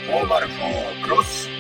404クロス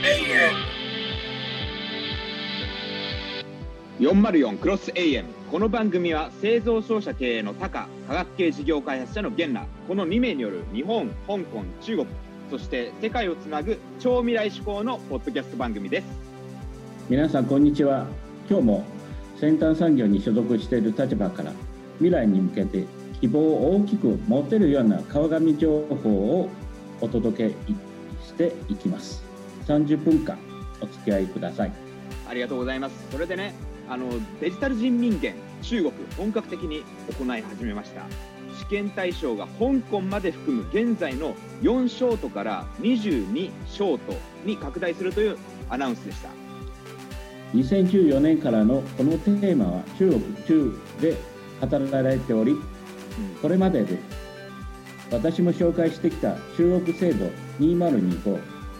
404クロス AM。 この番組は製造商社経営のタカ、科学系事業開発者のゲンナ、この2名による日本、香港、中国、そして世界をつなぐ超未来志向のポッドキャスト番組です。 皆さんこんにちは。今日も先端産業に所属している立場から未来に向けて希望を大きく持てるような川上情報をお届けしていきます。30分間お付き合いください。 ありがとうございます。それでね、デジタル人民元、中国本格的に行い始めました。試験対象が香港まで含む現在の4ショートから22ショートに拡大するというアナウンスでした。 2014年からのこのテーマは中国で働かれており、これまでで私も紹介してきた中国制度2025、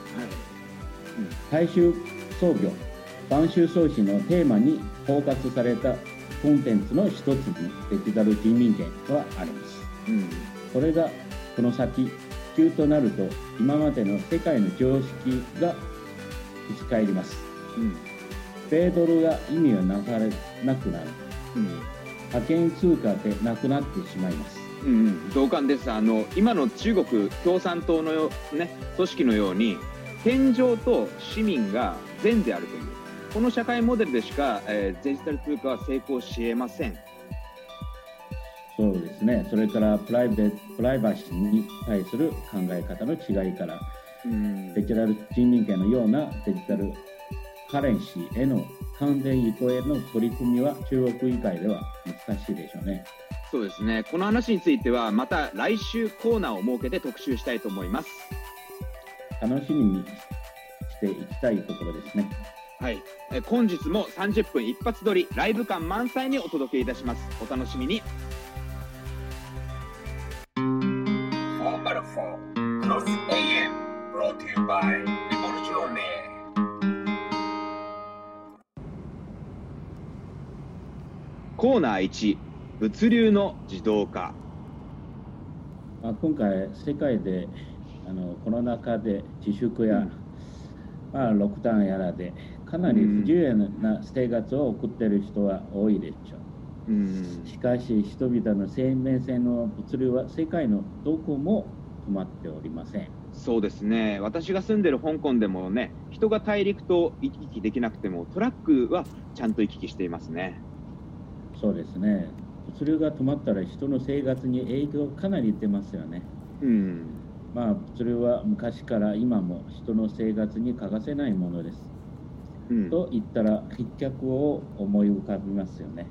大衆創業播州創始のテーマに包括されたコンテンツの一つにデジタル人民元はあります。これがこの先普及となると今までの世界の常識が打ち返ります。米ドルが意味をなされなくなる、覇権通貨でなくなってしまいます。 同感です。今の中国共産党の、組織のように天上と市民が善であるというこの社会モデルでしか、デジタル通貨は成功し得ません。 そうですね。それからプライバシーに対する考え方の違いから、デジタル人民元のようなデジタルカレンシーへの完全移行への取り組みは中国以外では難しいでしょうね。 そうですね。この話についてはまた来週コーナーを設けて特集したいと思います。 楽しみにしていきたいところですね。 はい、本日も30分一発撮りライブ感満載にお届けいたします。お楽しみに。 404クロス AM brought to you by Rivoluzione。 コーナー1、物流の自動化。 今回世界でコロナ禍で自粛や、ロックダウンやらでかなり不自由な生活を送っている人は多いでしょう。しかし人々の生命線の物流は世界のどこも止まっておりません。 そうですね。私が住んでる香港でもね、人が大陸と行き来できなくてもトラックはちゃんと行き来していますね。 そうですね。物流が止まったら人の生活に影響かなり出ますよね。物流は昔から今も人の生活に欠かせないものです。と言ったら飛脚を思い浮かびますよね。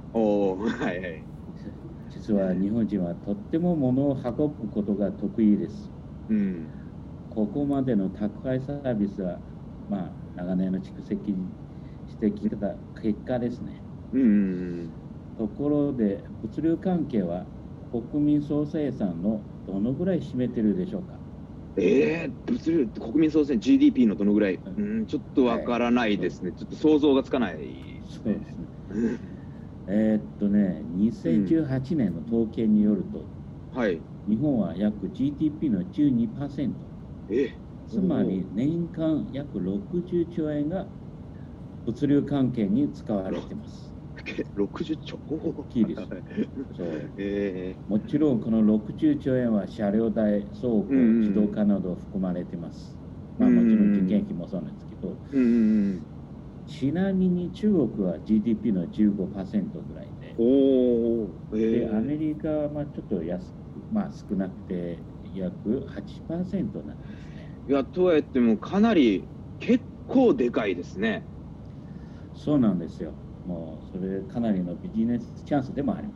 実は日本人はとっても物を運ぶことが得意です。ここまでの宅配サービスは、長年の蓄積してきた結果ですね。ところで物流関係は国民総生産のどのぐらい占めてるでしょうか。 物流、国民総生産 GDP のどのぐらい、ちょっとわからないですね。ちょっと想像がつかない。 そうですね。2018年の統計によると、日本は約 GDP の 12%、つまり年間約60兆円が物流関係に使われています。 60兆大きいです。もちろんこの60兆円は車両代、倉庫、自動化など含まれています。もちろん人件費もそうなんですけど、ちなみに中国は GDP の 15% ぐらいで、アメリカはちょっと安く、少なくて約 8% なんですね。 いや、とは言ってもかなり結構でかいですね。 そうなんですよ。もうそれかなりのビジネスチャンスでもあります。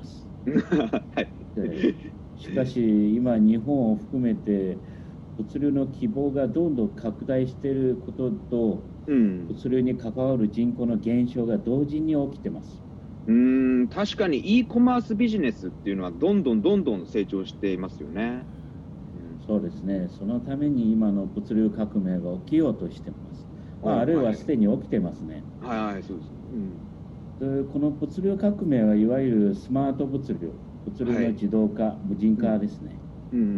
しかし今日本を含めて物流の規模がどんどん拡大していることと、物流に関わる人口の減少が同時に起きてます。 確かに e コマースビジネスっていうのはどんどん成長していますよね。 そうですね。そのために今の物流革命が起きようとしています。あるいはすでに起きてますね。 そうです。 この物流革命はいわゆるスマート物流の自動化、無人化ですね。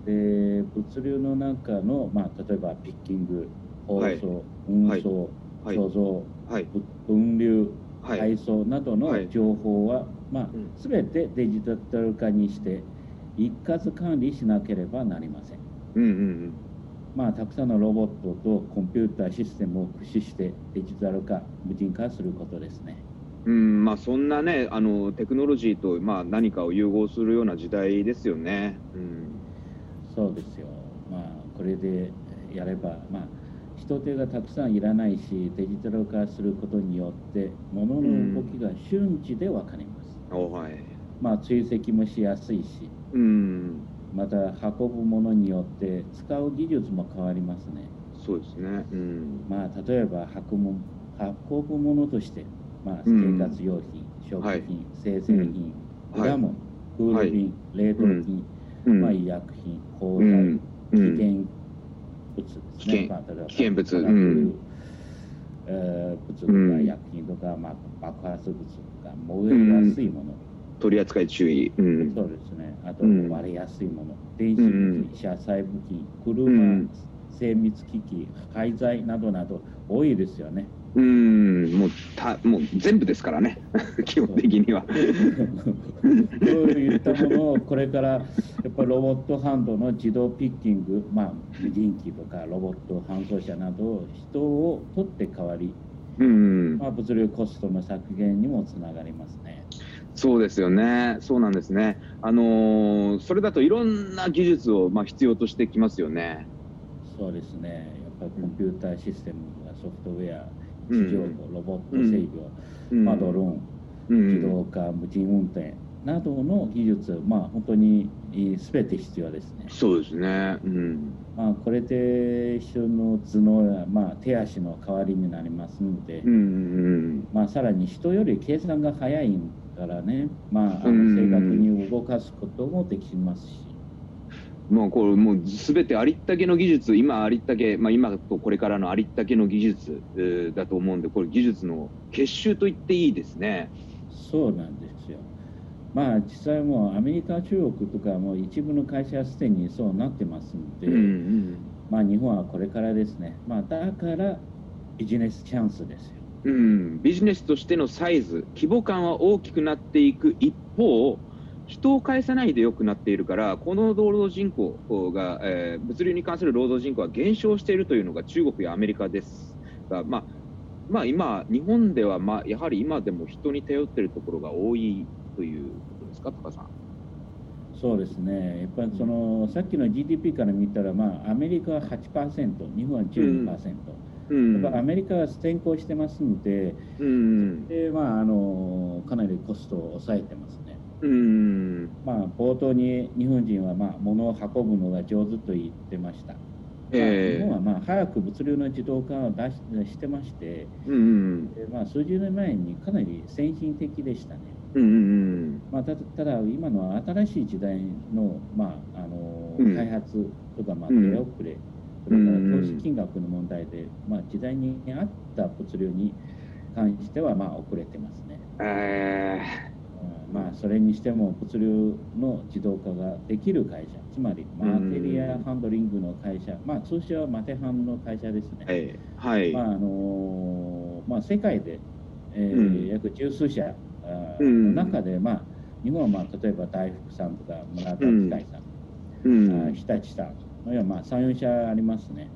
で物流の中の、例えばピッキング、包装、運送、貯蔵、分流、配送などの情報は、全てデジタル化にして一括管理しなければなりません。たくさんのロボットとコンピューターシステムを駆使してデジタル化、無人化することですね。 そんなね、テクノロジーと、何かを融合するような時代ですよね。 そうですよ。これでやれば、人手がたくさんいらないし、デジタル化することによって物の動きが瞬時で分かります。追跡もしやすいし、また運ぶものによって使う技術も変わりますね。 そうですね。 例えば運ぶものとして、生活用品、食品、生鮮品、果物、クール品、冷凍品、医薬品、鋼材、危険物ですね。 危険物、 物とか薬品とか、爆発物とか燃えやすいもの、 取り扱い注意、 そうですね。あと割れやすいもの、電子部品、車載部品、車、精密機器、廃材などなど多いですよね。 もう全部ですからね基本的にはそういったものをこれからやっぱりロボットハンドの自動ピッキング、無人機とかロボット搬送車など人を取って代わり、物流コストの削減にもつながりますね。 そうですよね。そうなんですね。それだといろんな技術を必要としてきますよね。 そうですね。やっぱりコンピューターシステムやソフトウェア、地上庫、ロボット制御、ドローン、自動化、無人運転などの技術、本当に全て必要ですね。 そうですね。 これで人の頭脳や、手足の代わりになりますので、さらに人より計算が早いからね、正確に動かすこともできますし。 もう全てありったけの技術、今ありったけ、今とこれからのありったけの技術、だと思うんで、これ技術の結集と言っていいですね。 そうなんですよ。実際もうアメリカ、中国とかも一部の会社はすでにそうなってますので、日本はこれからですね。だからビジネスチャンスですよ。 ビジネスとしてのサイズ、規模感は大きくなっていく一方、人を介さないで良くなっているから、この労働人口が、物流に関する労働人口が減少しているというのが中国やアメリカですが、今、日本では、やはり今でも人に頼っているところが多いということですか、高さん。 そうですね。やっぱりさっきの GDP から見たら、アメリカは 8%、日本は 12%。やっぱアメリカは先行してますので、でかなりコストを抑えてますね。冒頭に日本人は物を運ぶのが上手と言ってました。日本は早く物流の自動化をしてまして、数十年前にかなり先進的でしたね。ただ今の新しい時代の、開発とか手遅れ、それから投資金額の問題で、時代に合った物流に関しては遅れてますね。それにしても物流の自動化ができる会社、つまりマテリアハンドリングの会社、通称はマテハンの会社ですね。世界で、約十数社の中で、日本は例えば大福さんとか村田機械さん、日立さんのような3、4社ありますね。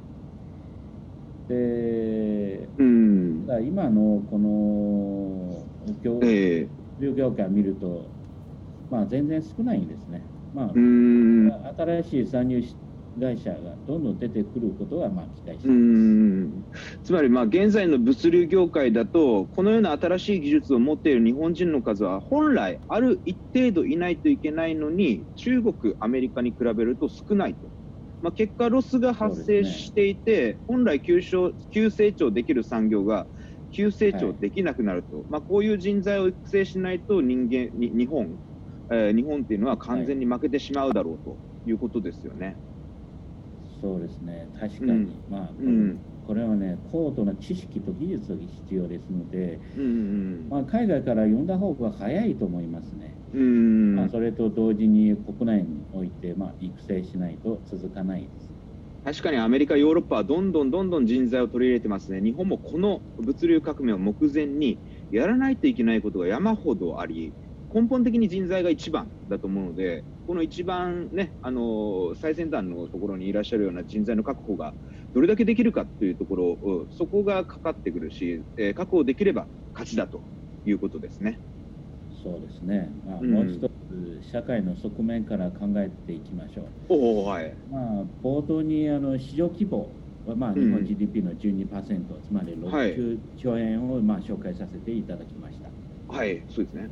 で、今のこの業界を見ると、全然少ないんですね。新しい参入会社がどんどん出てくることは期待しています。 つまり現在の物流業界だと、このような新しい技術を持っている日本人の数は本来ある一定度いないといけないのに、中国、アメリカに比べると少ないと。結果、ロスが発生していて、本来急成長できる産業が急成長できなくなると、こういう人材を育成しないと日本っていうのは完全に負けてしまうだろうということですよね。 そうですね、確かに、 これはね、高度な知識と技術が必要ですので、海外から読んだ方が早いと思いますね。それと同時に国内において、育成しないと続かないです。 確かにアメリカ、ヨーロッパはどんどん人材を取り入れてますね。日本もこの物流革命を目前にやらないといけないことが山ほどあり、根本的に人材が一番だと思うので、この一番ね、最先端のところにいらっしゃるような人材の確保がどれだけできるかというところ、そこがかかってくるし、確保できれば勝ちだということですね。 そうですね。もう一つ社会の側面から考えていきましょう。冒頭に市場規模は日本 GDP の 12%、つまり60兆円を紹介させていただきました。 はい、そうですね。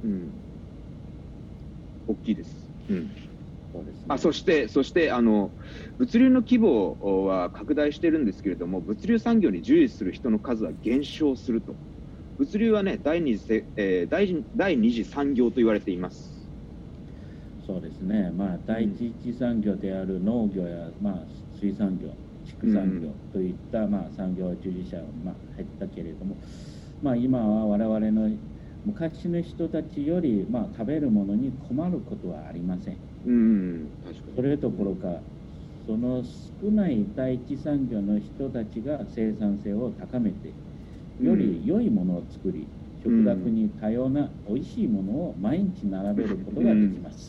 大きいです。 そうですね。 そして物流の規模は拡大しているんですけれども、物流産業に従事する人の数は減少すると。物流はね、第二次産業と言われています。 そうですね。第一次産業である農業や水産業、畜産業といった産業従事者は減ったけれども、今は我々の昔の人たちより食べるものに困ることはありません。 確かに。 それどころか、その少ない第一産業の人たちが生産性を高めて、より良いものを作り、食卓に多様な美味しいものを毎日並べることができます。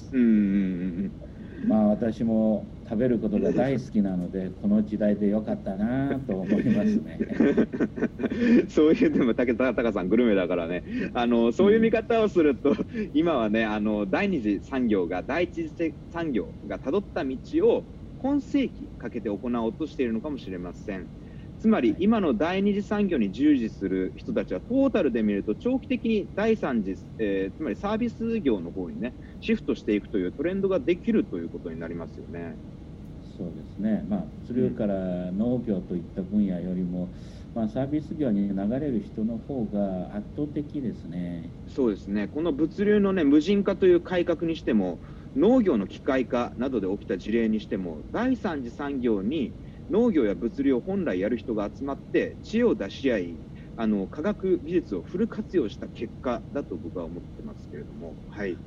私も食べることが大好きなので、この時代でよかったなと思いますね。 そういう、でもタカさんグルメだからね、そういう見方をすると、今はね、第二次産業が第一次産業がたどった道を今世紀かけて行おうとしているのかもしれません。つまり今の第二次産業に従事する人たちはトータルで見ると長期的に第三次、つまりサービス業の方にねシフトしていくというトレンドができるということになりますよね。 そうですね。物流から農業といった分野よりも、サービス業に流れる人の方が圧倒的ですね。 そうですね。この物流のね無人化という改革にしても、農業の機械化などで起きた事例にしても、第三次産業に農業や物流を本来やる人が集まって知恵を出し合い、科学技術をフル活用した結果だと僕は思ってますけれども。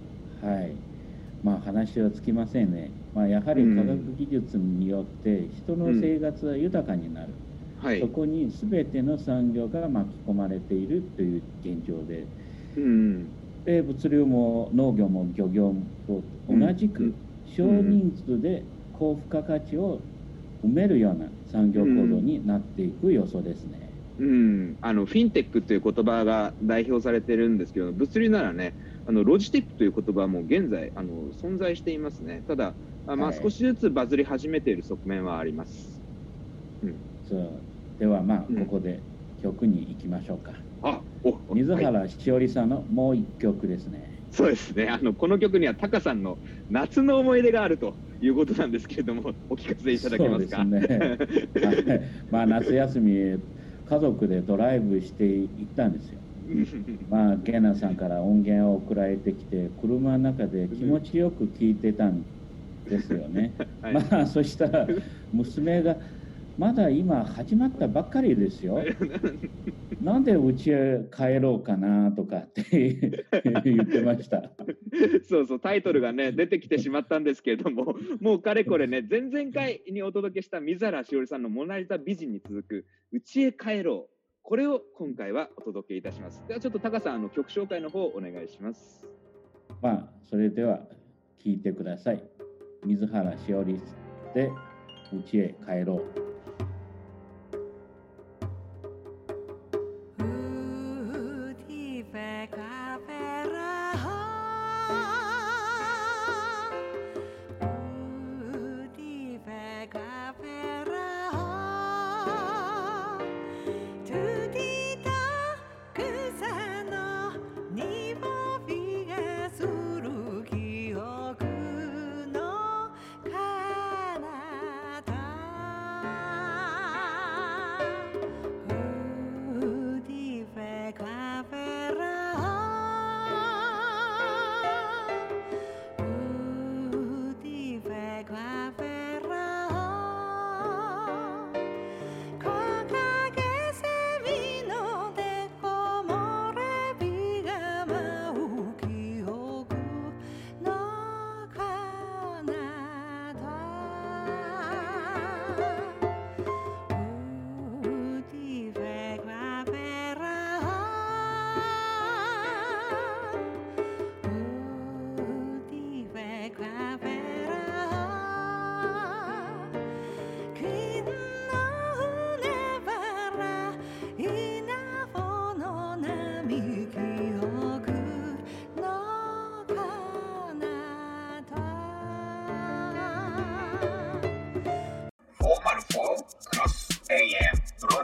話はつきませんね。やはり科学技術によって人の生活は豊かになる。そこに全ての産業が巻き込まれているという現状で、物流も農業も漁業と同じく少人数で高付加価値を埋めるような産業構造になっていく予想ですね。 フィンテックという言葉が代表されてるんですけど、物流ならね、ロジテックという言葉はもう現在存在していますね。ただ、少しずつバズり始めている側面はあります。 ではここで曲に行きましょうか。水原しおりさんのもう一曲ですね。 そうですね。この曲にはタカさんの夏の思い出があるということなんですけれども、お聞かせいただけますか。 そうですね。夏休み家族でドライブして行ったんですよ。ゲナさんから音源を送られてきて、車の中で気持ちよく聴いてたんですよね。そしたら娘がまだ今始まったばっかりですよ。なんで家へ帰ろうかなとかって言ってました。 そうタイトルがね出てきてしまったんですけれども、もうかれこれね前々回にお届けした水原しおりさんのモナリザ美人に続く家へ帰ろう、これを今回はお届けいたします。ではちょっとタカさん曲紹介の方お願いします。 それでは聞いてください。水原しおりで家へ帰ろう。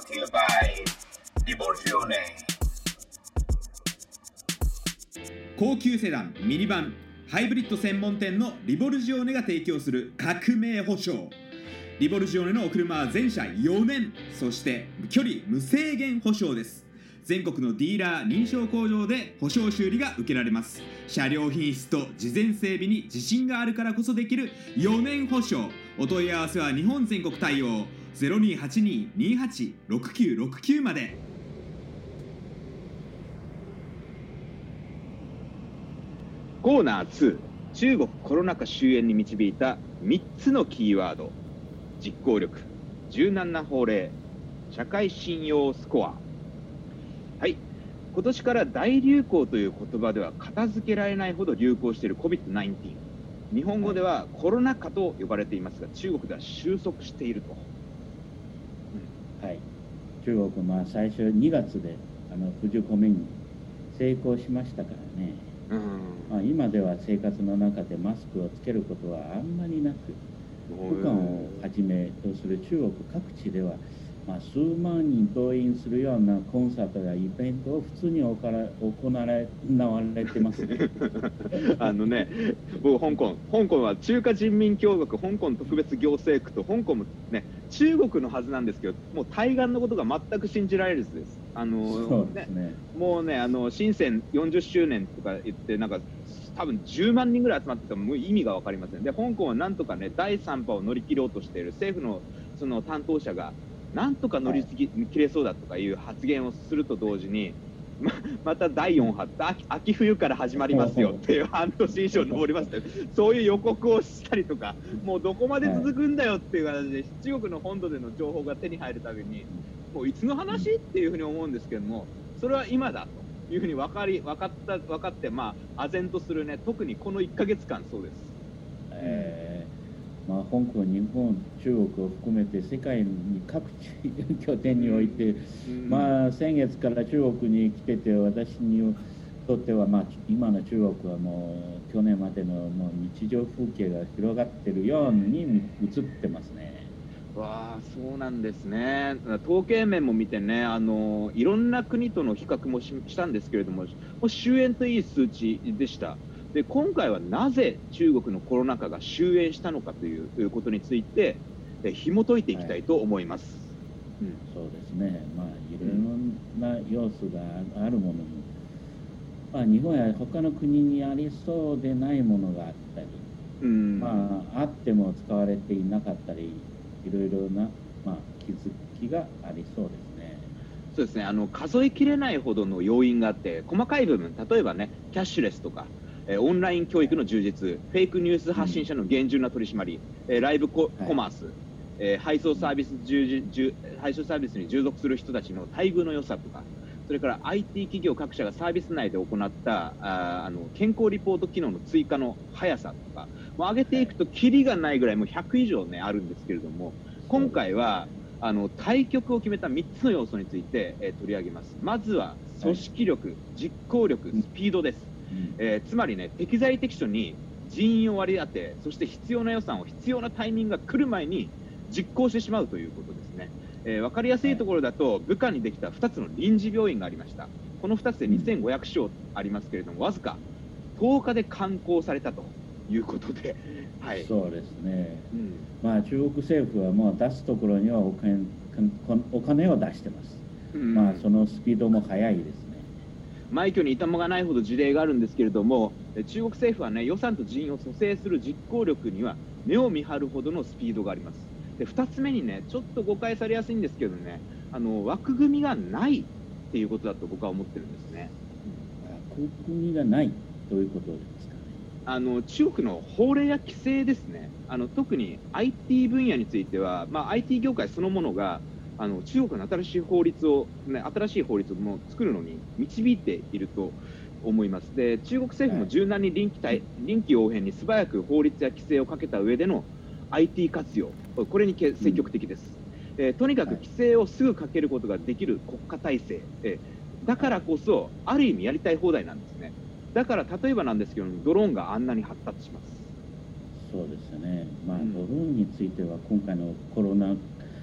to you by Rivoluzione。 高級セダン、ミニバン、ハイブリッド専門店のリボルジオネが提供する革命保証。リボルジオネのお車は全車4年、そして距離無制限保証です。全国のディーラー認証工場で保証修理が受けられます。車両品質と事前整備に自信があるからこそできる4年保証。お問い合わせは日本全国対応 0282286969 まで。 コーナー2、中国コロナ禍終焉に導いた3つのキーワード。実行力、柔軟な法令、社会信用スコア。はい、今年から大流行という言葉では片付けられないほど流行している COVID-19。日本語ではコロナ禍と呼ばれていますが、中国では収束していると。 はい、中国は最初2月で封じ込めに成功しましたからね。今では生活の中でマスクをつけることはあんまりなく、武漢をはじめとする中国各地では、数万人動員するようなコンサートやイベントを普通に行われてますね。 僕香港は中華人民共和国香港特別行政区と、香港もね中国のはずなんですけど、もう対岸のことが全く信じられるです。 そうですね。 もうね深セン40周年とか言って多分10万人ぐらい集まってても意味が分かりません。で香港はなんとかね第3波を乗り切ろうとしている政府のその担当者がなんとか乗り切れそうだとかいう発言をすると同時に、また第4波秋冬から始まりますよっていう半年以上上りましたよ。そういう予告をしたりとか、もうどこまで続くんだよっていう形で、中国の本土での情報が手に入るたびにもういつの話っていうふうに思うんですけども、それは今だというふうに分かって、唖然とするね、特にこの1ヶ月間そうです。 香港、日本、中国を含めて世界に各地拠点において、先月から中国に来てて、私にとっては、今の中国はもう去年までのもう日常風景が広がってるように映ってますね。 わあ、そうなんですね。統計面も見てね、いろんな国との比較もしたんですけれども、終焉といい数値でした。で今回はなぜ中国のコロナ禍が終焉したのかということについて紐解いていきたいと思います。 そうですね。いろんな要素があるものに、日本や他の国にありそうでないものがあったり、あっても使われていなかったり、いろいろな、気づきがありそうですね。 そうですね。数えきれないほどの要因があって、細かい部分、例えばね、キャッシュレスとかオンライン教育の充実、フェイクニュース発信者の厳重な取り締まり、ライブコマース、配送サービスに従属する人たちの待遇の良さとか、それから IT 企業各社がサービス内で行った健康リポート機能の追加の速さとか、上げていくとキリがないぐらいもう100以上ねあるんですけれども、今回は対局を決めた3つの要素について、取り上げます。まずは組織力、実行力、スピードです。つまりね、適材適所に人員を割り当て、そして必要な予算を必要なタイミングが来る前に実行してしまうということですね。分かりやすいところだと、武漢にできた2つの臨時病院がありました。この2つで2500床ありますけれども、わずか10日で完工されたということで、 そうですね。中国政府はもう出すところにはお金を出してます。そのスピードも速いですね。 枚挙に痛まがないほど事例があるんですけれども、中国政府はね、予算と人員を蘇生する実行力には目を見張るほどのスピードがあります。で2つ目にね、ちょっと誤解されやすいんですけどね、枠組みがないっていうことだと僕は思ってるんですね。 枠組みがないということですかね。 中国の法令や規制ですね。特に IT 分野については、IT 業界そのものが中国の新しい法律をも作るのに導いていると思います。で中国政府も柔軟に臨機応変に素早く法律や規制をかけた上での IT 活用、これに積極的です。とにかく規制をすぐかけることができる国家体制、だからこそある意味やりたい放題なんですね。だから例えばなんですけど、ドローンがあんなに発達します。 そうですよね。ドローンについては今回のコロナ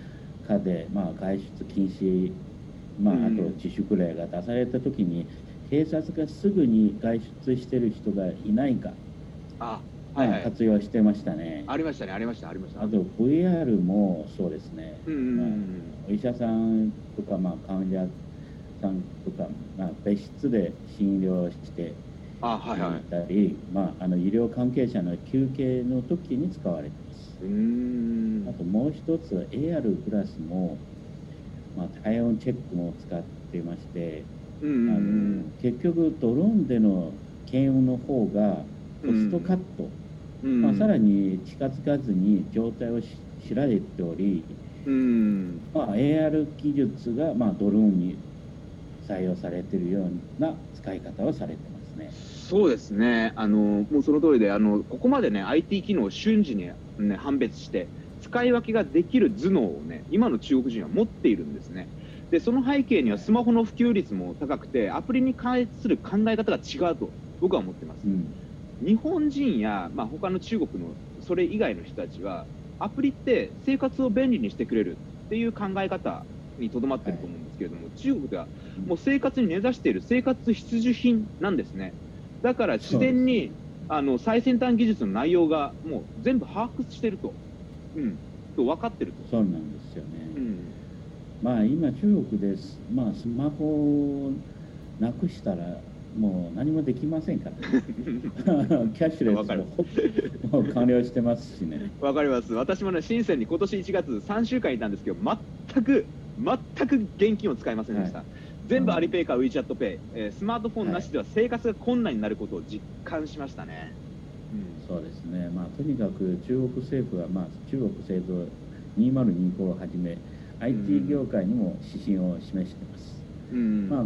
下で、外出禁止、あと自粛令が出されたときに、警察がすぐに外出してる人がいないか、活用してましたね。 ありましたね、ありました、ありました。 あと VR もそうですね。お医者さんとか、患者さんとか、別室で診療していたり、医療関係者の休憩の時に使われています。あともう一つ AR プラスも、体温チェックも使っていまして、結局ドローンでの検温の方がコストカット、さらに近づかずに状態を知られており、AR 技術がドローンに採用されているような使い方をされてますね。 そうですね、もうその通りで、ここまでね IT 機能を瞬時に、判別して使い分けができる頭脳をね、今の中国人は持っているんですね。でその背景にはスマホの普及率も高くて、アプリに関する考え方が違うと僕は思ってます。日本人や、他の中国のそれ以外の人たちは、アプリって生活を便利にしてくれるっていう考え方にとどまっていると思うんですけれども、中国ではもう生活に根ざしている生活必需品なんですね。だから自然に最先端技術の内容がもう全部把握していると、分かってると。 そうなんですよね。今中国でスマホをなくしたらもう何もできませんからね。キャッシュレスも完了してますしね。 わかります。私もね、深センに今年1月3週間いたんですけど、全く現金を使いませんでした。全部アリペイか WeChat Pay、スマートフォンなしでは生活が困難になることを実感しましたね。 そうですね。とにかく中国政府は、中国製造2025をはじめ IT 業界にも指針を示しています。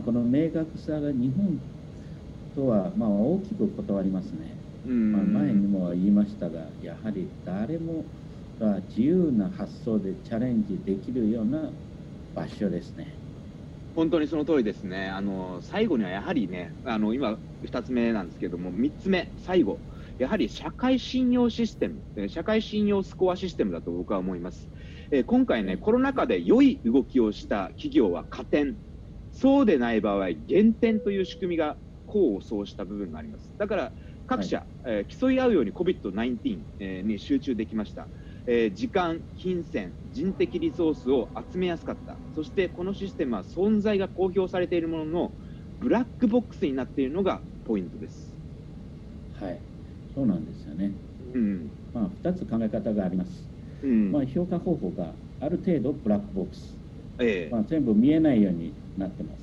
この明確さが日本とは大きく異なりますね。前にも言いましたが、やはり誰もが自由な発想でチャレンジできるような場所ですね。 本当にその通りですね。最後にはやはりね、今2つ目なんですけども、3つ目、最後、やはり社会信用システム、社会信用スコアシステムだと僕は思います。今回ね、コロナ禍で良い動きをした企業は加点、そうでない場合減点という仕組みが功を奏した部分があります。だから各社、競い合うように COVID-19 に集中できました。時間、金銭、人的リソースを集めやすかった。そしてこのシステムは存在が公表されているもののブラックボックスになっているのがポイントです。 はい、そうなんですよね。2つ考え方があります。評価方法がある程度ブラックボックス、全部見えないようになってます。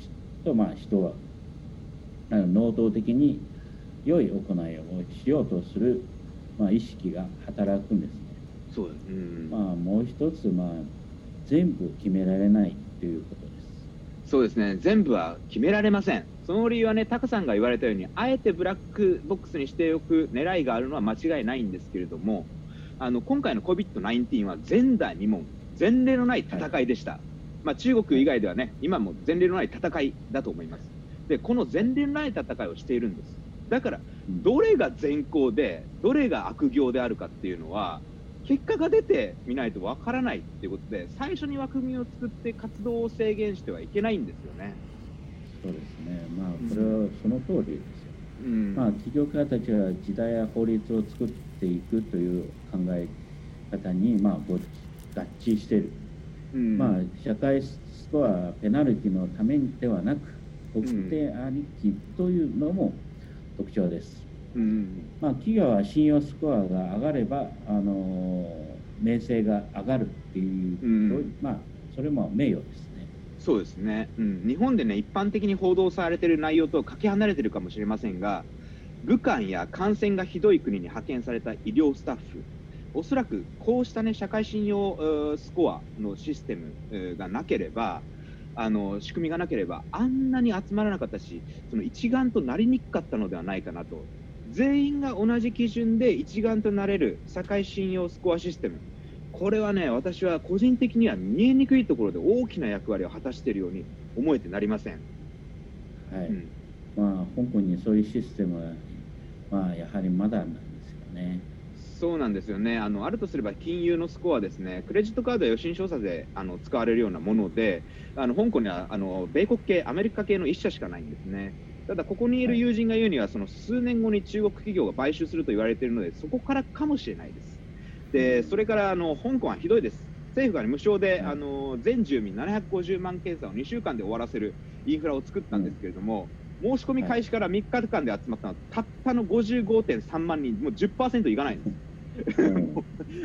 人は能動的に良い行いをしようとする、意識が働くんですね。 そうです。 もう一つ、全部決められないということです。 そうですね。全部は決められません。その理由はね、タカさんが言われたように、あえてブラックボックスにしておく狙いがあるのは間違いないんですけれども、今回の COVID-19 は前代未聞、前例のない戦いでした。中国以外ではね、今も前例のない戦いだと思います。で、この前例のない戦いをしているんです。だから、どれが善行で、どれが悪行であるかっていうのは、結果が出てみないとわからないっていうことで、最初に枠組みを作って活動を制限してはいけないんですよね。 そうですね。これはその通りですよ。企業家たちは時代や法律を作っていくという考え方に合致している。社会スコアペナルティのためではなく特定ありきというのも特徴です。企業は信用スコアが上がれば名声が上がるっていう、それも名誉ですね。 そうですね。日本でね、一般的に報道されている内容とかけ離れているかもしれませんが、武漢や感染がひどい国に派遣された医療スタッフ、おそらくこうしたね、社会信用スコアのシステムがなければ、仕組みがなければあんなに集まらなかったし、その一丸となりにくかったのではないかなと。全員が同じ基準で一丸となれる社会信用スコアシステム、これはね、私は個人的には見えにくいところで大きな役割を果たしているように思えてなりません。 香港にそういうシステムは、やはりまだなんですよね。 そうなんですよね。あるとすれば金融のスコアですね。クレジットカードや予診調査で使われるようなもので、香港には米国系、アメリカ系の1社しかないんですね。ただここにいる友人が言うには、その数年後に中国企業が買収すると言われているので、そこからかもしれないです。でそれから香港はひどいです。政府が無償で全住民750万検査を2週間で終わらせるインフラを作ったんですけれども、申し込み開始から3日間で集まったのはたったの 55.3 万人、もう 10% いかないんです。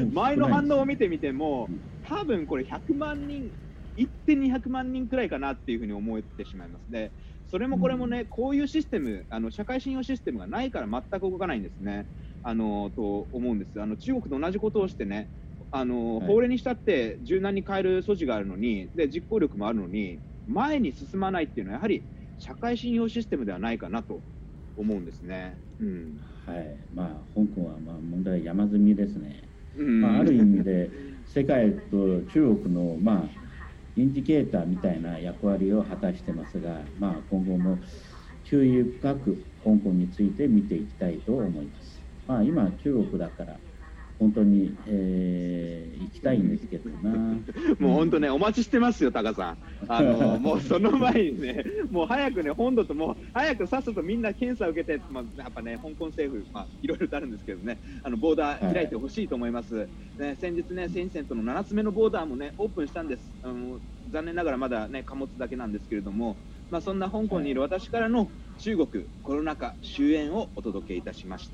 前の反応を見てみても、多分これ100万人、1.200万人くらいかなっていうふうに思えてしまいますね。それもこれもね、こういうシステム、社会信用システムがないから全く動かないんですね。と思うんです。中国と同じことをしてね、法令にしたって柔軟に変える素地があるのに、で実行力もあるのに、前に進まないっていうのはやはり社会信用システムではないかなと思うんですね。 はい、香港は問題山積みですね。ある意味で世界と中国のインジケーターみたいな役割を果たしてますが、今後も注意深く香港について見ていきたいと思います。今中国だから本当に、行きたいんですけどな。 もう本当ね、お待ちしてますよ、タカさん。もうその前にね、もう早くね、本土ともう早くさっさとみんな検査を受けて、やっぱね、香港政府、いろいろとあるんですけどね、ボーダー開いてほしいと思います。ね、先日ね、センセントの7つ目のボーダーもね、オープンしたんです。残念ながらまだね、貨物だけなんですけれども、そんな香港にいる私からの中国コロナ禍終焉をお届けいたしました。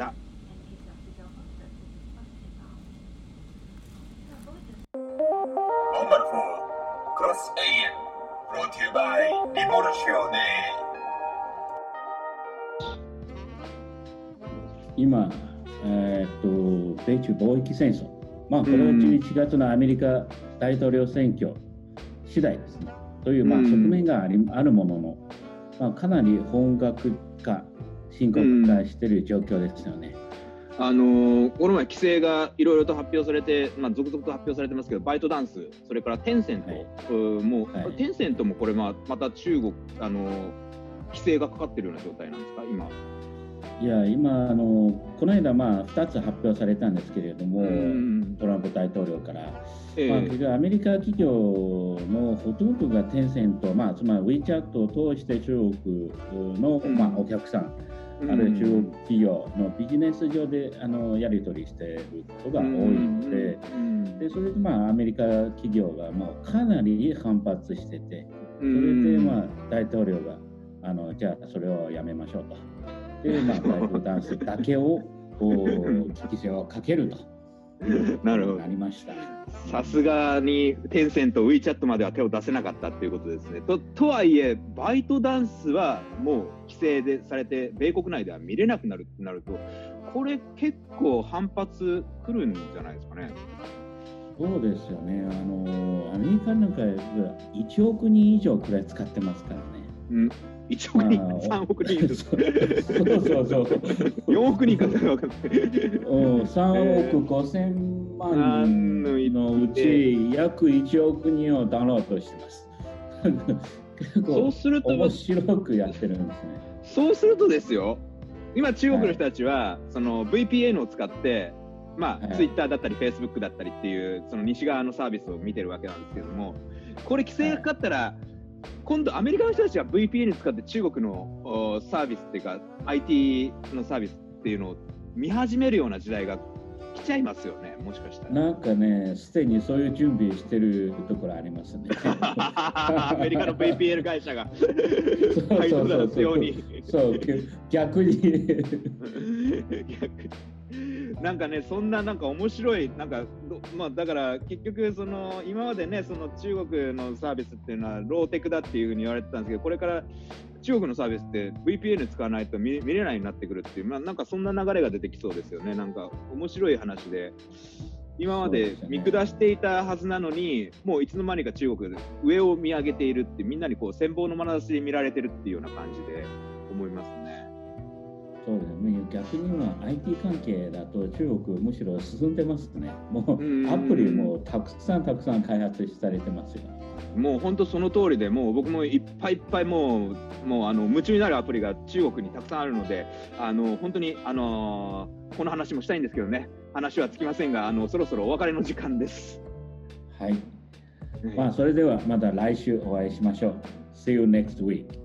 Cross AM brought to you by Rivoluzione。 今、米中貿易戦争、これは11月のアメリカ大統領選挙次第ですねという側面があるものの、かなり本格化深刻化している状況ですよね。 この前規制がいろいろと発表されて、続々と発表されてますけど、バイトダンス、それからテンセント、テンセントもこれまた中国規制がかかっているような状態なんですか、今。 いや今この間2つ発表されたんですけれども、トランプ大統領から、結局アメリカ企業のほとんどがテンセント、つまり WeChat を通して中国の、お客さん、あるいは中国企業のビジネス上でやり取りしていることが多いので、それでアメリカ企業がかなり反発してて、それで大統領がじゃあそれをやめましょうと。でバイトダンスだけを規制をかけるとなるほど、 なりました。 さすがにテンセント、WeChat までは手を出せなかったということですね。とはいえ、バイトダンスはもう規制でされて、米国内では見れなくなるとなると、これ結構反発くるんじゃないですかね。 そうですよね。アメリカなんか1億人以上くらい使ってますからね。 1億人、3億人ですか。 そう 4億人か分かんない。 3億5000万人のうち約1億人をダウンロードしてます。結構面白くやってるんですね。 そうするとですよ、今中国の人たちはその VPN を使ってTwitter だったり Facebook だったりっていうその西側のサービスを見てるわけなんですけれども、これ規制がかかったら、今度アメリカの人たちが VPN 使って中国のサービスっていうか IT のサービスっていうのを見始めるような時代が来ちゃいますよね、もしかしたら。 なんかね、すでにそういう準備してるところありますね。 アメリカの VPN 会社が買い取られたように。 そう逆になんかね、そんななんか面白いだから結局その今までね、その中国のサービスっていうのはローテクだっていうふうに言われてたんですけど、これから中国のサービスって VPN 使わないと見れないようになってくるっていう、なんかそんな流れが出てきそうですよね。なんか面白い話で、今まで見下していたはずなのに、もういつの間にか中国で上を見上げているって、みんなにこう羨望の眼差しで見られてるっていうような感じで思いますね。 そうですね、逆には IT 関係だと中国むしろ進んでますね。もうアプリもたくさん開発されてますよ。 もう本当その通りで、もう僕もいっぱいもう夢中になるアプリが中国にたくさんあるので、本当にこの話もしたいんですけどね、 話はつきませんが、そろそろお別れの時間です。 はい。それではまた来週お会いしましょう。See you next week.